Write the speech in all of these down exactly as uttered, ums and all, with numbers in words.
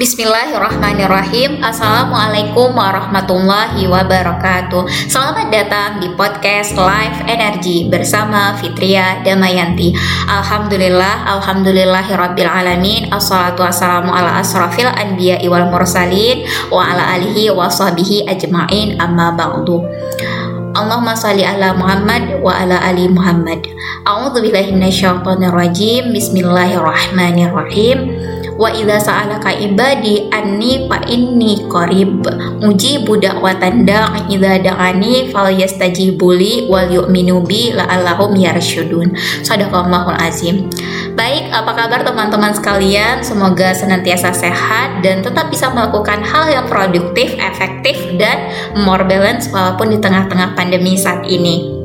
Bismillahirrahmanirrahim. Assalamualaikum warahmatullahi wabarakatuh. Selamat datang di podcast Live Energy bersama Fitria Damayanti. Alhamdulillah, alhamdulillahirabbil alamin. Assalatu wassalamu ala asrafil anbiya'i wal mursalin wa ala alihi wa sahbihi ajma'in, amma ba'du. Allahumma shalli ala Muhammad wa ala ali Muhammad. A'udzu billahi minasyaitonir rajim. Bismillahirrahmanirrahim. Wa idza sa'alaka ibadi anni fa inni qarib mujibu da'watan da'i idza da'ani falyastajibuli wal yu'minu bi la'allahum yarsyudun. Shadaqallahul azim. Baik, apa kabar teman-teman sekalian? Semoga senantiasa sehat dan tetap bisa melakukan hal yang produktif, efektif dan more balance walaupun di tengah-tengah pandemi saat ini.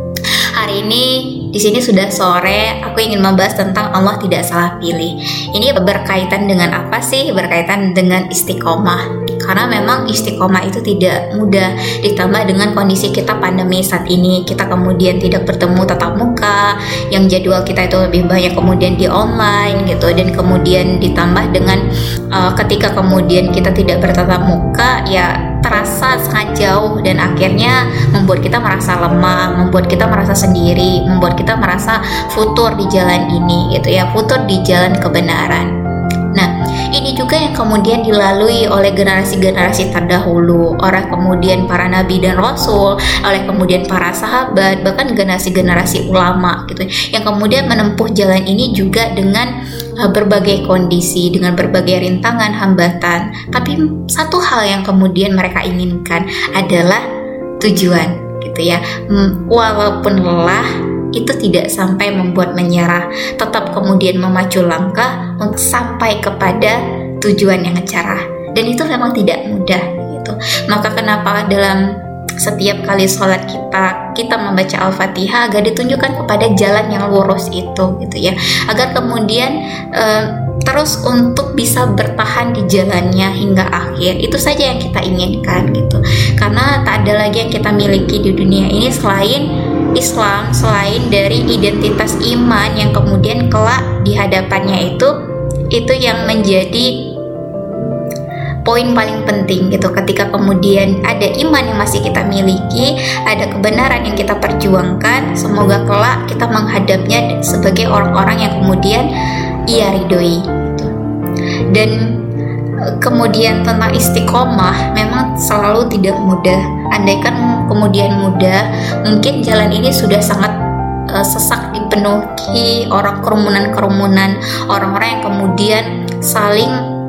Hari ini di sini sudah sore, aku ingin membahas tentang Allah tidak salah pilih. Ini berkaitan dengan apa sih? Berkaitan dengan istiqomah. Karena memang istiqomah itu tidak mudah, ditambah dengan kondisi kita pandemi saat ini. Kita kemudian tidak bertemu tatap muka, yang jadwal kita itu lebih banyak kemudian di online gitu, dan kemudian ditambah dengan uh, ketika kemudian kita tidak bertatap muka, ya terasa sangat jauh dan akhirnya membuat kita merasa lemah, membuat kita merasa sendiri, membuat kita merasa futur di jalan ini gitu ya, futur di jalan kebenaran. Nah, ini juga yang kemudian dilalui oleh generasi-generasi terdahulu, oleh kemudian para nabi dan rasul, oleh kemudian para sahabat, bahkan generasi-generasi ulama gitu, yang kemudian menempuh jalan ini juga dengan uh, berbagai kondisi, dengan berbagai rintangan, hambatan. Tapi satu hal yang kemudian mereka inginkan adalah tujuan gitu ya. Walaupun lelah, itu tidak sampai membuat menyerah, tetap kemudian memacu langkah untuk sampai kepada tujuan yang cerah. Dan itu memang tidak mudah gitu. Maka kenapa dalam setiap kali sholat kita kita membaca Al-Fatihah agar ditunjukkan kepada jalan yang lurus itu gitu ya, agar kemudian uh, terus untuk bisa bertahan di jalannya hingga akhir. Itu saja yang kita inginkan gitu. Karena tak ada lagi yang kita miliki di dunia ini selain Islam, selain dari identitas iman yang kemudian kelak di hadapannya itu itu yang menjadi poin paling penting gitu. Ketika kemudian ada iman yang masih kita miliki, ada kebenaran yang kita perjuangkan, semoga kelak kita menghadapnya sebagai orang-orang yang kemudian ia ridhoi gitu. Dan kemudian tentang istiqomah memang selalu tidak mudah. Andaikan kemudian mudah, mungkin jalan ini sudah sangat uh, sesak dipenuhi orang kerumunan-kerumunan, orang-orang yang kemudian saling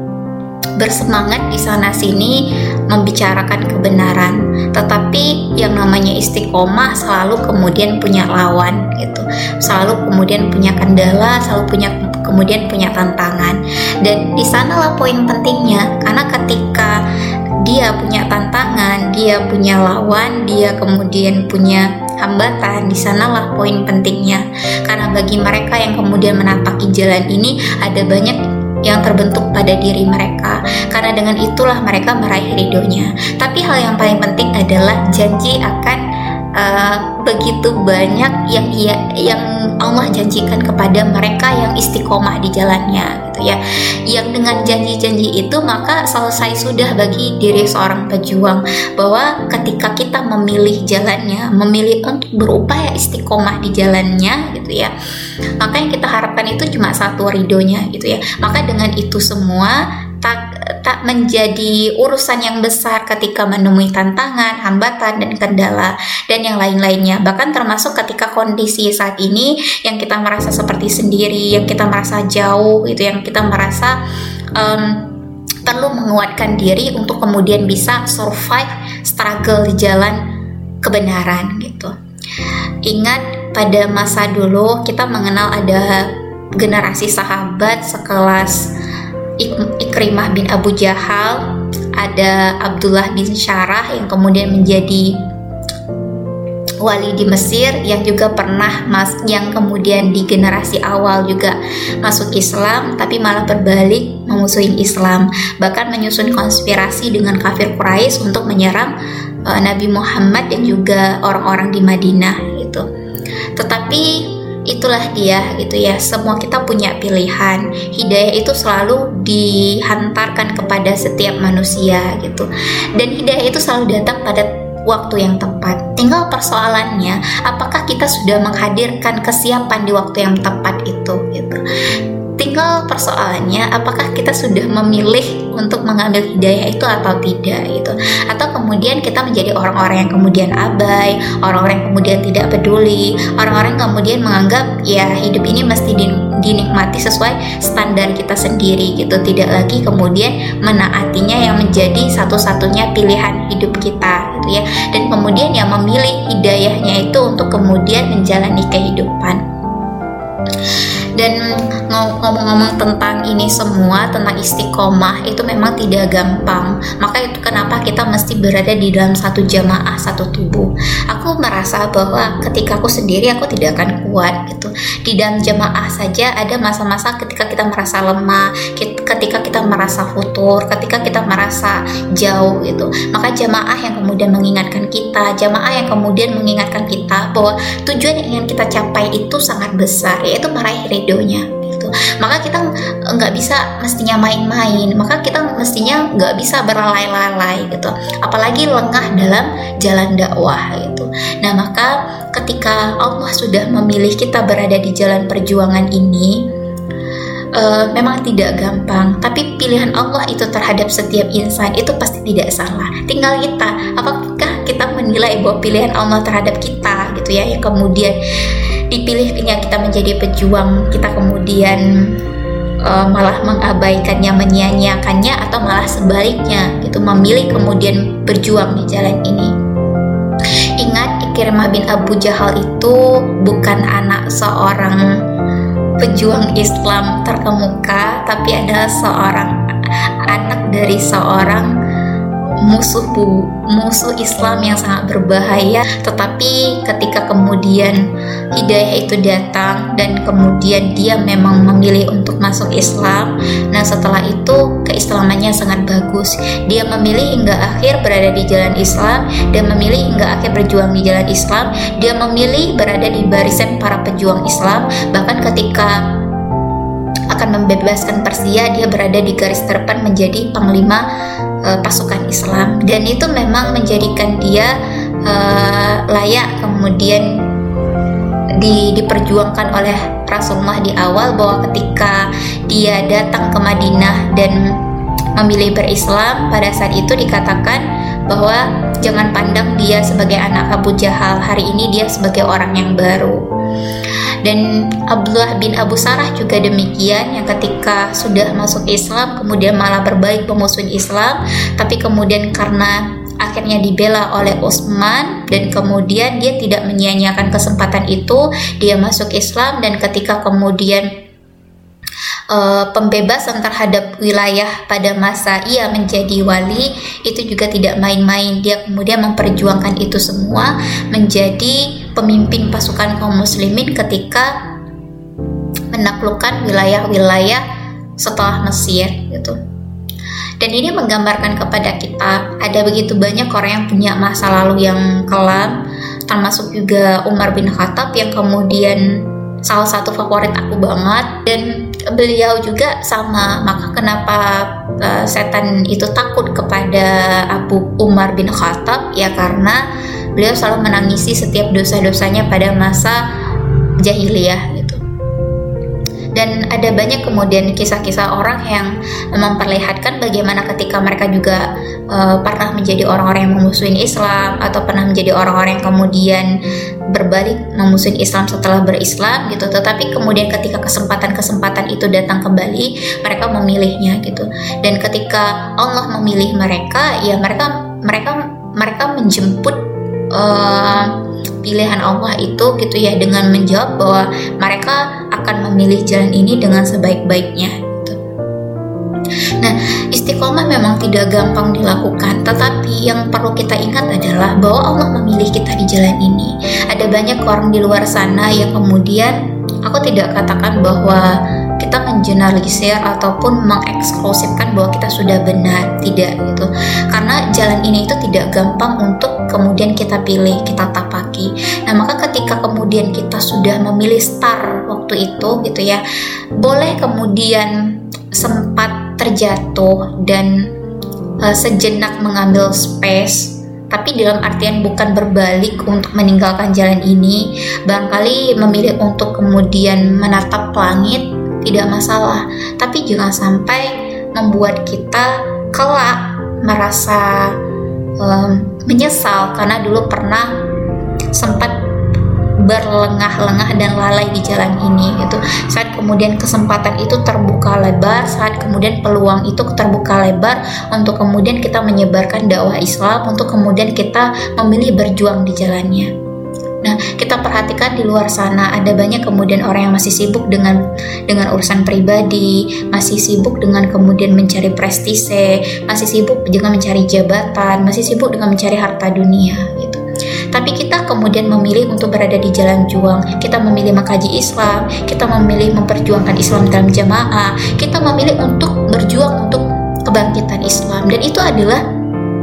bersemangat di sana sini membicarakan kebenaran. Tetapi yang namanya istiqomah selalu kemudian punya lawan gitu, selalu kemudian punya kendala, selalu punya kemudian punya tantangan. Dan di sanalah poin pentingnya, karena ketika dia punya tantangan, dia punya lawan, dia kemudian punya hambatan, di sanalah poin pentingnya. Karena bagi mereka yang kemudian menapaki jalan ini, ada banyak yang terbentuk pada diri mereka. Karena dengan itulah mereka meraih ridhonya. Tapi hal yang paling penting adalah janji akan uh, begitu banyak yang ia, yang Allah janjikan kepada mereka yang istiqomah di jalannya gitu ya. Yang dengan janji-janji itu maka selesai sudah bagi diri seorang pejuang, bahwa ketika kita memilih jalannya, memilih untuk berupaya istiqomah di jalannya gitu ya, maka yang kita harapkan itu cuma satu, ridhonya gitu ya. Maka dengan itu semua tak tak menjadi urusan yang besar ketika menemui tantangan, hambatan dan kendala dan yang lain-lainnya. Bahkan termasuk ketika kondisi saat ini yang kita merasa seperti sendiri, yang kita merasa jauh gitu, yang kita merasa um, perlu menguatkan diri untuk kemudian bisa survive struggle di jalan kebenaran gitu. Ingat pada masa dulu kita mengenal ada generasi sahabat sekelas Ikrimah bin Abu Jahal, ada Abdullah bin Syarah yang kemudian menjadi wali di Mesir, yang juga pernah mas, yang kemudian di generasi awal juga masuk Islam, tapi malah berbalik memusuhi Islam, bahkan menyusun konspirasi dengan kafir Quraisy untuk menyerang uh, Nabi Muhammad dan juga orang-orang di Madinah gitu. Tetapi itulah dia gitu ya, semua kita punya pilihan. Hidayah itu selalu dihantarkan kepada setiap manusia gitu, dan hidayah itu selalu datang pada waktu yang tepat. Tinggal persoalannya, apakah kita sudah menghadirkan kesiapan di waktu yang tepat itu gitu. Tinggal persoalannya, apakah kita sudah memilih untuk mengambil hidayah itu atau tidak gitu. Atau kemudian kita menjadi orang-orang yang kemudian abai, orang-orang yang kemudian tidak peduli, orang-orang yang kemudian menganggap ya hidup ini mesti dinikmati sesuai standar kita sendiri gitu. Tidak lagi kemudian menaatinya yang menjadi satu-satunya pilihan hidup kita gitu ya. Dan kemudian yang memilih hidayahnya itu untuk kemudian menjalani kehidupan. Dan ngomong-ngomong tentang ini semua, tentang istiqomah, itu memang tidak gampang. Maka itu kenapa kita mesti berada di dalam satu jamaah, satu tubuh. Aku merasa bahwa ketika aku sendiri aku tidak akan kuat gitu. Di dalam jamaah saja ada masa-masa ketika kita merasa lemah, ketika kita merasa futur, ketika kita merasa jauh gitu. Maka jamaah yang kemudian mengingatkan kita, jamaah yang kemudian mengingatkan kita bahwa tujuan yang ingin kita capai itu sangat besar, yaitu meraih ridhonya gitu. Maka kita nggak bisa mestinya main-main, maka kita mestinya nggak bisa berlalai-lalai gitu, apalagi lengah dalam jalan dakwah gitu. Nah, maka ketika Allah sudah memilih kita berada di jalan perjuangan ini, Uh, memang tidak gampang, tapi pilihan Allah itu terhadap setiap insan itu pasti tidak salah. Tinggal kita, apakah kita menilai bahwa pilihan Allah terhadap kita gitu ya, yang kemudian dipilihnya kita menjadi pejuang, kita kemudian uh, malah mengabaikannya, menyia-nyiakannya, atau malah sebaliknya gitu, memilih kemudian berjuang di jalan ini. Ingat, Ikrimah bin Abu Jahal itu bukan anak seorang pejuang Islam terkemuka, tapi adalah seorang anak dari seorang musuh bu, musuh Islam yang sangat berbahaya. Tetapi ketika kemudian hidayah itu datang dan kemudian dia memang memilih untuk masuk Islam, nah setelah itu keislamannya sangat bagus. Dia memilih hingga akhir berada di jalan Islam, dia memilih hingga akhir berjuang di jalan Islam, dia memilih berada di barisan para pejuang Islam. Bahkan ketika akan membebaskan Persia, dia berada di garis terdepan menjadi panglima uh, pasukan Islam, dan itu memang menjadikan dia uh, layak kemudian di, diperjuangkan oleh Rasulullah di awal, bahwa ketika dia datang ke Madinah dan memilih berislam, pada saat itu dikatakan bahwa jangan pandang dia sebagai anak Abu Jahal, hari ini dia sebagai orang yang baru. Dan Abdullah bin Abu Sarah juga demikian, yang ketika sudah masuk Islam kemudian malah berbaik memusuhi Islam, tapi kemudian karena akhirnya dibela oleh Utsman dan kemudian dia tidak menyia-nyiakan kesempatan itu, dia masuk Islam. Dan ketika kemudian uh, pembebasan terhadap wilayah pada masa ia menjadi wali, itu juga tidak main-main. Dia kemudian memperjuangkan itu semua, menjadi pemimpin pasukan kaum muslimin ketika menaklukkan wilayah-wilayah setelah Mesir gitu. Dan ini menggambarkan kepada kita ada begitu banyak orang yang punya masa lalu yang kelam, termasuk juga Umar bin Khattab yang kemudian salah satu favorit aku banget, dan beliau juga sama. Maka kenapa uh, setan itu takut kepada Abu Umar bin Khattab? Ya karena beliau selalu menangisi setiap dosa-dosanya pada masa jahiliyah gitu. Dan ada banyak kemudian kisah-kisah orang yang memperlihatkan bagaimana ketika mereka juga uh, pernah menjadi orang-orang yang memusuhi Islam, atau pernah menjadi orang-orang yang kemudian berbalik memusuhi Islam setelah berislam gitu. Tetapi kemudian ketika kesempatan-kesempatan itu datang kembali, mereka memilihnya gitu. Dan ketika Allah memilih mereka, ya mereka mereka mereka menjemput Uh, pilihan Allah itu gitu ya, dengan menjawab bahwa mereka akan memilih jalan ini dengan sebaik-baiknya gitu. Nah, istiqomah memang tidak gampang dilakukan, tetapi yang perlu kita ingat adalah bahwa Allah memilih kita di jalan ini. Ada banyak orang di luar sana yang kemudian, aku tidak katakan bahwa kita mengeneralisir ataupun mengeksklusifkan bahwa kita sudah benar, tidak gitu. Karena jalan ini itu tidak gampang untuk kemudian kita pilih, kita tapaki. Nah, maka ketika kemudian kita sudah memilih star waktu itu gitu ya, boleh kemudian sempat terjatuh dan uh, sejenak mengambil space, tapi dalam artian bukan berbalik untuk meninggalkan jalan ini. Barangkali memilih untuk kemudian menatap langit tidak masalah, tapi jangan sampai membuat kita kelak merasa um, menyesal karena dulu pernah sempat berlengah-lengah dan lalai di jalan ini gitu. Saat kemudian kesempatan itu terbuka lebar, saat kemudian peluang itu terbuka lebar untuk kemudian kita menyebarkan dakwah Islam, untuk kemudian kita memilih berjuang di jalannya. Nah, kita perhatikan di luar sana ada banyak kemudian orang yang masih sibuk dengan dengan urusan pribadi, masih sibuk dengan kemudian mencari prestise, masih sibuk dengan mencari jabatan, masih sibuk dengan mencari harta dunia gitu. Tapi kita kemudian memilih untuk berada di jalan juang. Kita memilih mengkaji Islam, kita memilih memperjuangkan Islam dalam jamaah, kita memilih untuk berjuang untuk kebangkitan Islam, dan itu adalah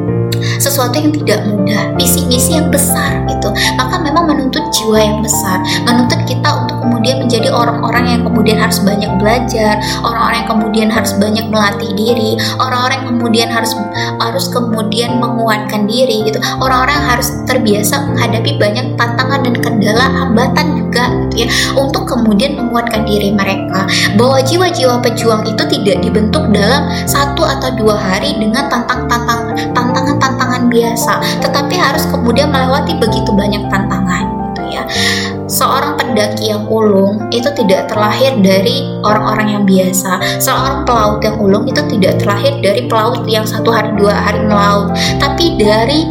sesuatu yang tidak mudah, misi-misi yang besar gitu. Maka memang menuntut jiwa yang besar, menuntut kita untuk kemudian menjadi orang-orang yang kemudian harus banyak belajar, orang-orang yang kemudian harus banyak melatih diri, orang-orang yang kemudian harus harus kemudian menguatkan diri gitu, orang-orang yang harus terbiasa menghadapi banyak tantangan dan kendala, hambatan juga gitu ya, untuk kemudian menguatkan diri mereka. Bahwa jiwa-jiwa pejuang itu tidak dibentuk dalam satu atau dua hari dengan tantang-tantang tantangan-tantangan biasa, tetapi harus kemudian melewati begitu banyak tantangan gitu ya. Seorang pendaki yang ulung itu tidak terlahir dari orang-orang yang biasa. Seorang pelaut yang ulung itu tidak terlahir dari pelaut yang satu hari dua hari melaut, tapi dari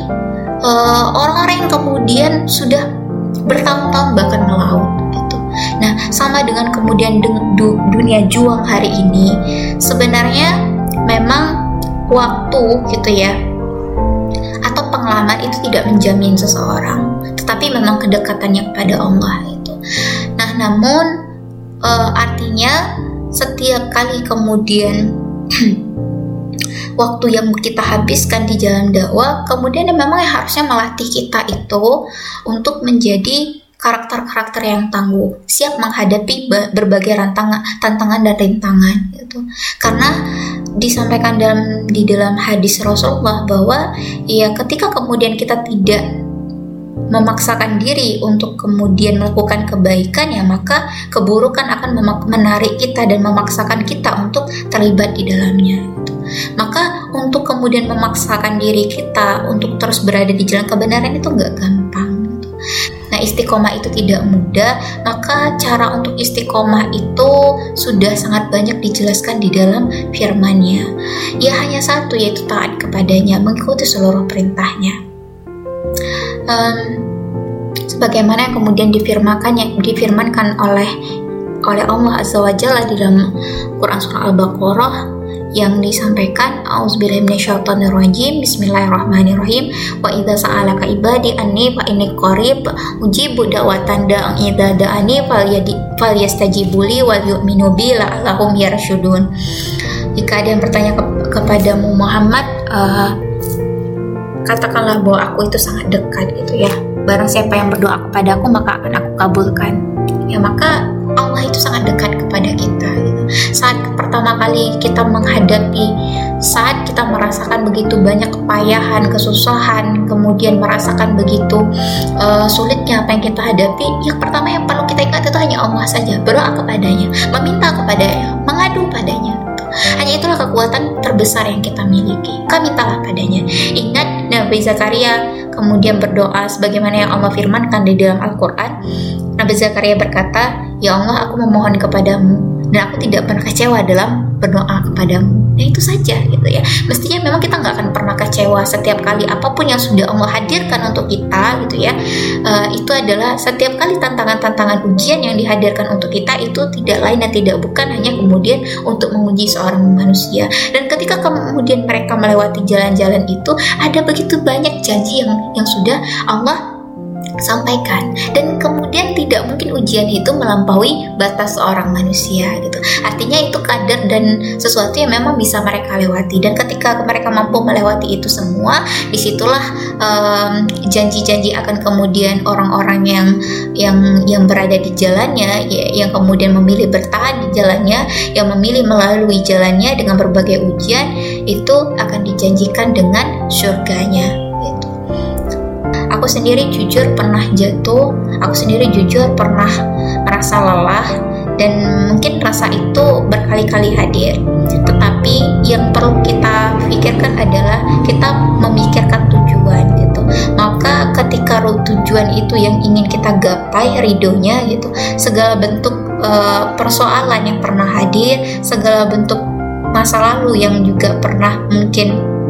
uh, orang-orang yang kemudian sudah bertahun-tahun bahkan melaut gitu. Nah, sama dengan kemudian du- dunia juang hari ini, sebenarnya memang waktu gitu ya atau pengalaman itu tidak menjamin seseorang, tetapi memang kedekatannya kepada Allah itu. Nah, namun e, artinya setiap kali kemudian waktu yang kita habiskan di jalan dakwah, kemudian memang yang harusnya melatih kita itu untuk menjadi karakter-karakter yang tangguh, siap menghadapi berbagai rantangan, tantangan dan rintangan gitu. Karena disampaikan dalam di dalam hadis Rasulullah bahwa ya ketika kemudian kita tidak memaksakan diri untuk kemudian melakukan kebaikan, ya maka keburukan akan memak- menarik kita dan memaksakan kita untuk terlibat di dalamnya gitu. Maka untuk kemudian memaksakan diri kita untuk terus berada di jalan kebenaran itu nggak gampang gitu. Nah, istiqomah itu tidak mudah, maka cara untuk istiqomah itu sudah sangat banyak dijelaskan di dalam firman-Nya. Ya hanya satu, yaitu taat kepadanya, mengikuti seluruh perintahnya. Um, sebagaimana yang kemudian difirmankan yang difirmankan oleh oleh Allah Azza wa Jalla di dalam Quran surah Al-Baqarah yang disampaikan, auzubillahi minasyaitonir rajim, bismillahirrahmanirrahim, wa idza sa'alaka ibadi anni fa inni qarib ujibu da'watan da'i idza da'ani falyastajibuli wal yu'minu bi la'allahum yarshudun. Jika ada yang bertanya ke- kepadamu Muhammad, uh, katakanlah bahwa aku itu sangat dekat gitu ya. Barang siapa yang berdoa kepadaku maka akan aku kabulkan. Ya, maka Allah itu sangat dekat kepada kita gitu. Saat pertama kali kita menghadapi, saat kita merasakan begitu banyak kepayahan, kesusahan, kemudian merasakan begitu uh, sulitnya apa yang kita hadapi, yang pertama yang perlu kita ingat itu hanya Allah saja. Berdoa kepadanya, meminta kepadanya, mengadu padanya. Hanya itulah kekuatan terbesar yang kita miliki. Kami mintalah padanya. Ingat Nabi Zakaria kemudian berdoa sebagaimana yang Allah firmankan di dalam Al-Quran. Nabi Zakaria berkata, ya Allah, aku memohon kepadamu dan aku tidak pernah kecewa dalam berdoa kepadamu. Nah, itu saja gitu ya. Mestinya memang kita nggak akan pernah kecewa setiap kali apapun yang sudah Allah hadirkan untuk kita gitu ya. Uh, itu adalah setiap kali tantangan-tantangan ujian yang dihadirkan untuk kita itu tidak lain dan tidak bukan hanya kemudian untuk menguji seorang manusia. Dan ketika kemudian mereka melewati jalan-jalan itu, ada begitu banyak janji yang yang sudah Allah sampaikan. Dan kemudian tidak mungkin ujian itu melampaui batas seorang manusia gitu. Artinya itu kadar dan sesuatu yang memang bisa mereka lewati, dan ketika mereka mampu melewati itu semua, disitulah um, janji-janji akan kemudian orang-orang yang yang yang berada di jalannya, ya, yang kemudian memilih bertahan di jalannya, yang memilih melalui jalannya dengan berbagai ujian, itu akan dijanjikan dengan surganya. Aku sendiri jujur pernah jatuh, aku sendiri jujur pernah merasa lelah, dan mungkin rasa itu berkali-kali hadir. Tetapi yang perlu kita pikirkan adalah kita memikirkan tujuan gitu. Maka ketika tujuan itu yang ingin kita gapai, ridhonya gitu, segala bentuk uh, persoalan yang pernah hadir, segala bentuk masa lalu yang juga pernah mungkin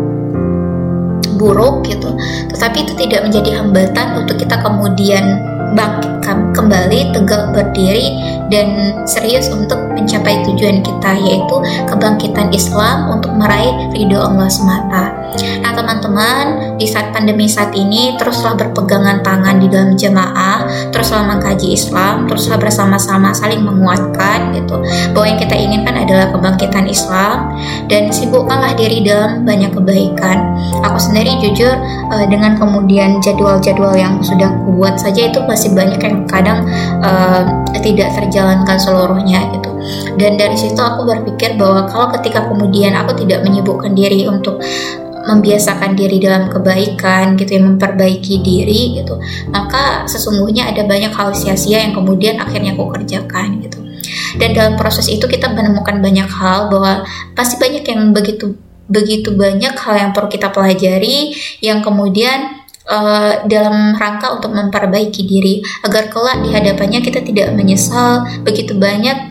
buruk gitu, tetapi itu tidak menjadi hambatan untuk kita kemudian bangkit kembali, tegak berdiri, dan serius untuk mencapai tujuan kita, yaitu kebangkitan Islam untuk meraih ridho Allah semata. Nah teman-teman, di saat pandemi saat ini, teruslah berpegangan tangan di dalam jamaah, teruslah mengkaji Islam, teruslah bersama-sama saling menguatkan gitu, bahwa yang kita inginkan adalah kebangkitan Islam, dan sibukkanlah diri dalam banyak kebaikan. Aku sendiri jujur uh, dengan kemudian jadwal-jadwal yang sudah kuat saja, itu masih banyak yang kadang uh, tidak terjalankan seluruhnya gitu. Dan dari situ aku berpikir bahwa kalau ketika kemudian aku tidak menyibukkan diri untuk membiasakan diri dalam kebaikan gitu, yang memperbaiki diri gitu, maka sesungguhnya ada banyak hal sia-sia yang kemudian akhirnya aku kerjakan gitu. Dan dalam proses itu kita menemukan banyak hal, bahwa pasti banyak yang begitu begitu banyak hal yang perlu kita pelajari, yang kemudian Uh, dalam rangka untuk memperbaiki diri, agar kelak di hadapannya kita tidak menyesal. Begitu banyak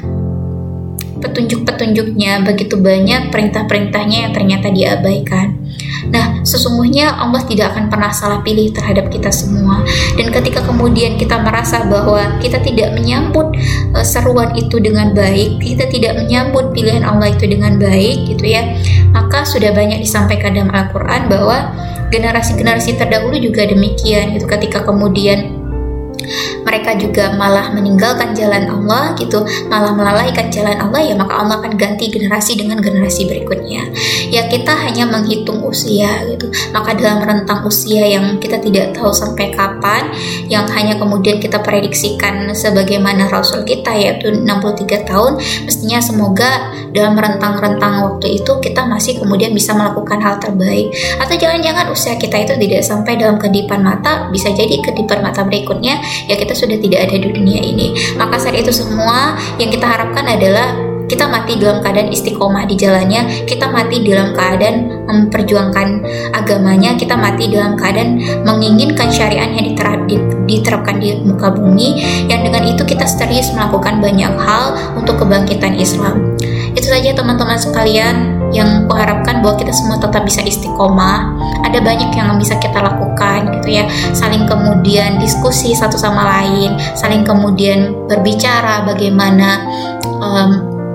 petunjuk-petunjuknya, begitu banyak perintah-perintahnya yang ternyata diabaikan. Nah, sesungguhnya Allah tidak akan pernah salah pilih terhadap kita semua. Dan ketika kemudian kita merasa bahwa kita tidak menyambut uh, seruan itu dengan baik, kita tidak menyambut pilihan Allah itu dengan baik gitu ya, maka sudah banyak disampaikan dalam Al-Quran bahwa generasi-generasi terdahulu juga demikian gitu. Ketika kemudian mereka juga malah meninggalkan jalan Allah gitu, malah melalaikan jalan Allah, ya maka Allah akan ganti generasi dengan generasi berikutnya. Ya kita hanya menghitung usia gitu, maka dalam rentang usia yang kita tidak tahu sampai kapan, yang hanya kemudian kita prediksikan sebagaimana Rasul kita yaitu enam puluh tiga tahun, mestinya semoga dalam rentang-rentang waktu itu kita masih kemudian bisa melakukan hal terbaik. Atau jangan-jangan usia kita itu tidak sampai dalam kedipan mata, bisa jadi kedipan mata berikutnya ya kita sudah tidak ada di dunia ini. Maka saat itu semua yang kita harapkan adalah kita mati dalam keadaan istiqomah di jalannya, kita mati dalam keadaan memperjuangkan agamanya, kita mati dalam keadaan menginginkan syariat yang diterap, diterapkan di muka bumi, yang dengan itu kita serius melakukan banyak hal untuk kebangkitan Islam. Itu saja teman-teman sekalian yang kuharapkan, bahwa kita semua tetap bisa istiqomah. Ada banyak yang bisa kita lakukan gitu ya, saling kemudian diskusi satu sama lain, saling kemudian berbicara bagaimana um,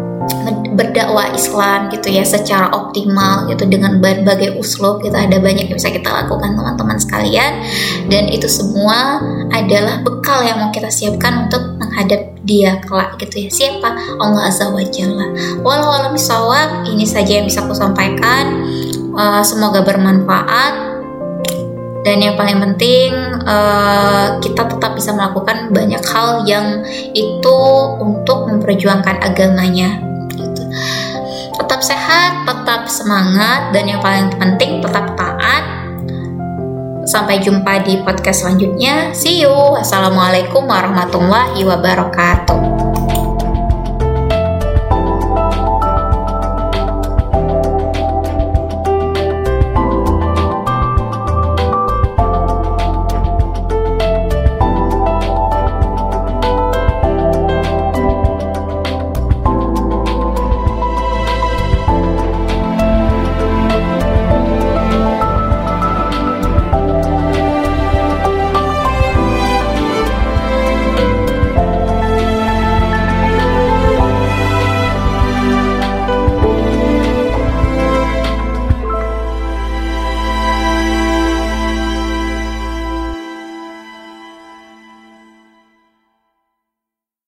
berdakwah Islam gitu ya secara optimal gitu, dengan berbagai uslub gitu. Ada banyak yang bisa kita lakukan teman-teman sekalian, dan itu semua adalah bekal yang mau kita siapkan untuk menghadap dia kelak gitu ya. Siapa? Allah Azza wa Jalla. Walau alam bisawab, ini saja yang bisa aku sampaikan. Uh, semoga bermanfaat, dan yang paling penting uh, kita tetap bisa melakukan banyak hal yang itu untuk memperjuangkan agamanya gitu. Tetap sehat, tetap semangat, dan yang paling penting tetap taat. Sampai jumpa di podcast selanjutnya. See you. Wassalamualaikum warahmatullahi wabarakatuh.